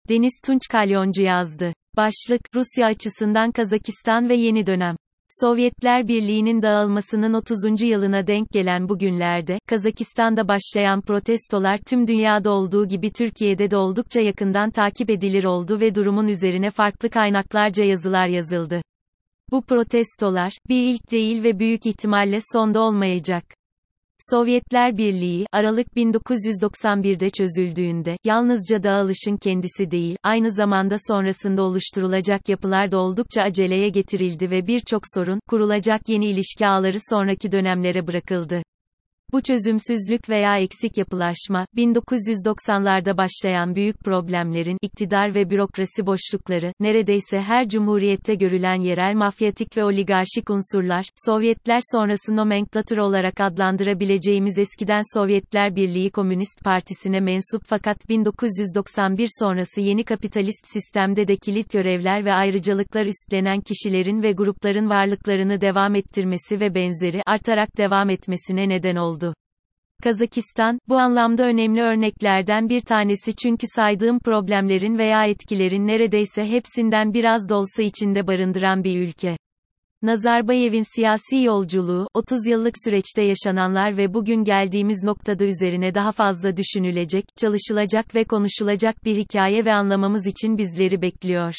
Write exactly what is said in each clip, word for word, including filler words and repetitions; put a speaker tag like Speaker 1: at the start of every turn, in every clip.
Speaker 1: Deniz Tunç Kalyoncu yazdı. Başlık, Rusya açısından Kazakistan ve yeni dönem. Sovyetler Birliği'nin dağılmasının otuzuncu yılına denk gelen bu günlerde, Kazakistan'da başlayan protestolar tüm dünyada olduğu gibi Türkiye'de de oldukça yakından takip edilir oldu ve durumun üzerine farklı kaynaklarca yazılar yazıldı. Bu protestolar, bir ilk değil ve büyük ihtimalle son da olmayacak. Sovyetler Birliği, Aralık bin dokuz yüz doksan bir'de çözüldüğünde, yalnızca dağılışın kendisi değil, aynı zamanda sonrasında oluşturulacak yapılar da oldukça aceleye getirildi ve birçok sorun, kurulacak yeni ilişki ağları sonraki dönemlere bırakıldı. Bu çözümsüzlük veya eksik yapılaşma, bin dokuz yüz doksanlarda başlayan büyük problemlerin, iktidar ve bürokrasi boşlukları, neredeyse her cumhuriyette görülen yerel mafyatik ve oligarşik unsurlar, Sovyetler sonrası nomenklatür olarak adlandırabileceğimiz eskiden Sovyetler Birliği Komünist Partisi'ne mensup fakat bin dokuz yüz doksan bir sonrası yeni kapitalist sistemde de kilit görevler ve ayrıcalıklar üstlenen kişilerin ve grupların varlıklarını devam ettirmesi ve benzeri, artarak devam etmesine neden oldu. Kazakistan, bu anlamda önemli örneklerden bir tanesi çünkü saydığım problemlerin veya etkilerin neredeyse hepsinden biraz da olsa içinde barındıran bir ülke. Nazarbayev'in siyasi yolculuğu, otuz yıllık süreçte yaşananlar ve bugün geldiğimiz noktada üzerine daha fazla düşünülecek, çalışılacak ve konuşulacak bir hikaye ve anlamamız için bizleri bekliyor.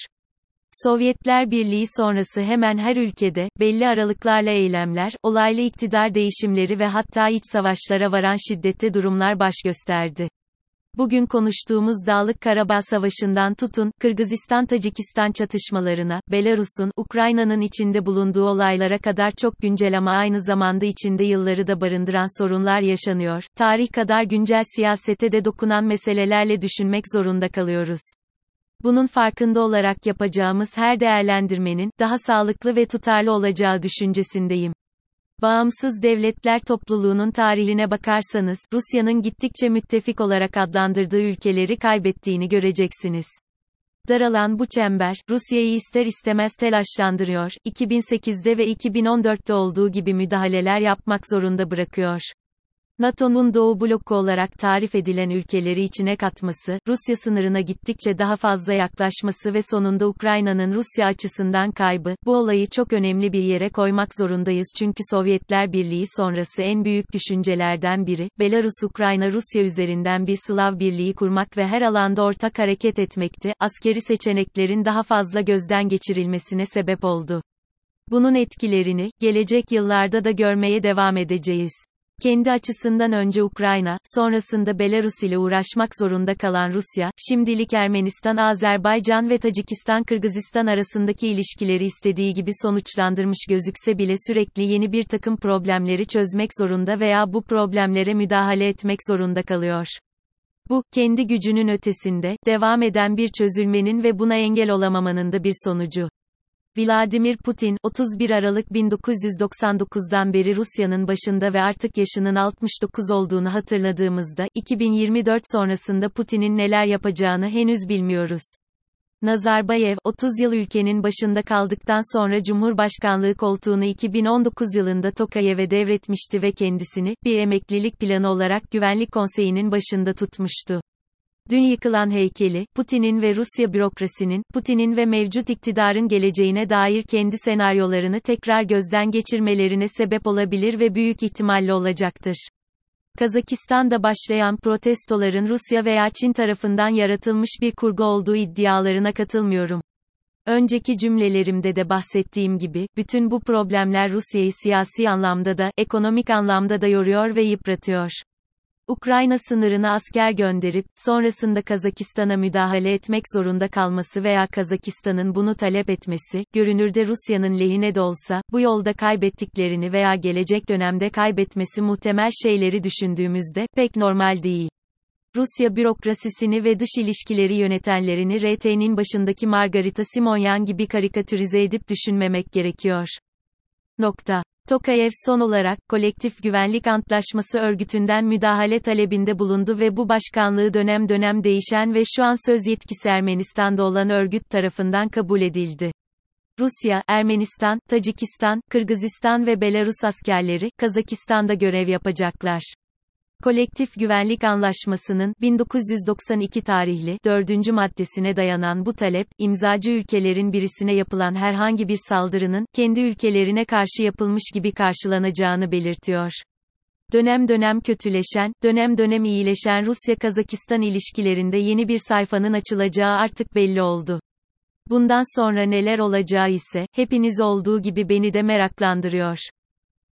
Speaker 1: Sovyetler Birliği sonrası hemen her ülkede, belli aralıklarla eylemler, olaylı iktidar değişimleri ve hatta iç savaşlara varan şiddetli durumlar baş gösterdi. Bugün konuştuğumuz Dağlık Karabağ Savaşı'ndan tutun, Kırgızistan-Tacikistan çatışmalarına, Belarus'un, Ukrayna'nın içinde bulunduğu olaylara kadar çok güncel ama aynı zamanda içinde yılları da barındıran sorunlar yaşanıyor, tarih kadar güncel siyasete de dokunan meselelerle düşünmek zorunda kalıyoruz. Bunun farkında olarak yapacağımız her değerlendirmenin, daha sağlıklı ve tutarlı olacağı düşüncesindeyim. Bağımsız Devletler Topluluğu'nun tarihine bakarsanız, Rusya'nın gittikçe müttefik olarak adlandırdığı ülkeleri kaybettiğini göreceksiniz. Daralan bu çember, Rusya'yı ister istemez telaşlandırıyor, iki bin sekiz'de ve iki bin on dört'te olduğu gibi müdahaleler yapmak zorunda bırakıyor. NATO'nun Doğu bloku olarak tarif edilen ülkeleri içine katması, Rusya sınırına gittikçe daha fazla yaklaşması ve sonunda Ukrayna'nın Rusya açısından kaybı, bu olayı çok önemli bir yere koymak zorundayız çünkü Sovyetler Birliği sonrası en büyük düşüncelerden biri, Belarus-Ukrayna-Rusya üzerinden bir Slav birliği kurmak ve her alanda ortak hareket etmekti, askeri seçeneklerin daha fazla gözden geçirilmesine sebep oldu. Bunun etkilerini, gelecek yıllarda da görmeye devam edeceğiz. Kendi açısından önce Ukrayna, sonrasında Belarus ile uğraşmak zorunda kalan Rusya, şimdilik Ermenistan, Azerbaycan ve Tacikistan-Kırgızistan arasındaki ilişkileri istediği gibi sonuçlandırmış gözükse bile sürekli yeni bir takım problemleri çözmek zorunda veya bu problemlere müdahale etmek zorunda kalıyor. Bu, kendi gücünün ötesinde, devam eden bir çözülmenin ve buna engel olamamanın da bir sonucu. Vladimir Putin, otuz bir Aralık bin dokuz yüz doksan dokuz'dan beri Rusya'nın başında ve artık yaşının altmış dokuz olduğunu hatırladığımızda, iki bin yirmi dört sonrasında Putin'in neler yapacağını henüz bilmiyoruz. Nazarbayev, otuz yıl ülkenin başında kaldıktan sonra Cumhurbaşkanlığı koltuğunu iki bin on dokuz yılında Tokayev'e devretmişti ve kendisini, bir emeklilik planı olarak Güvenlik Konseyi'nin başında tutmuştu. Dün yıkılan heykeli, Putin'in ve Rusya bürokrasinin, Putin'in ve mevcut iktidarın geleceğine dair kendi senaryolarını tekrar gözden geçirmelerine sebep olabilir ve büyük ihtimalle olacaktır. Kazakistan'da başlayan protestoların Rusya veya Çin tarafından yaratılmış bir kurgu olduğu iddialarına katılmıyorum. Önceki cümlelerimde de bahsettiğim gibi, bütün bu problemler Rusya'yı siyasi anlamda da, ekonomik anlamda da yoruyor ve yıpratıyor. Ukrayna sınırına asker gönderip, sonrasında Kazakistan'a müdahale etmek zorunda kalması veya Kazakistan'ın bunu talep etmesi, görünürde Rusya'nın lehine de olsa, bu yolda kaybettiklerini veya gelecek dönemde kaybetmesi muhtemel şeyleri düşündüğümüzde, pek normal değil. Rusya bürokrasisini ve dış ilişkileri yönetenlerini R T'nin başındaki Margarita Simonyan gibi karikatürize edip düşünmemek gerekiyor. Nokta. Tokayev son olarak, Kolektif Güvenlik Antlaşması örgütünden müdahale talebinde bulundu ve bu başkanlığı dönem dönem değişen ve şu an söz yetkisi Ermenistan'da olan örgüt tarafından kabul edildi. Rusya, Ermenistan, Tacikistan, Kırgızistan ve Belarus askerleri, Kazakistan'da görev yapacaklar. Kolektif Güvenlik Anlaşması'nın bin dokuz yüz doksan iki tarihli dördüncü maddesine dayanan bu talep, imzacı ülkelerin birisine yapılan herhangi bir saldırının kendi ülkelerine karşı yapılmış gibi karşılanacağını belirtiyor. Dönem dönem kötüleşen, dönem dönem iyileşen Rusya-Kazakistan ilişkilerinde yeni bir sayfanın açılacağı artık belli oldu. Bundan sonra neler olacağı ise, hepiniz olduğu gibi beni de meraklandırıyor.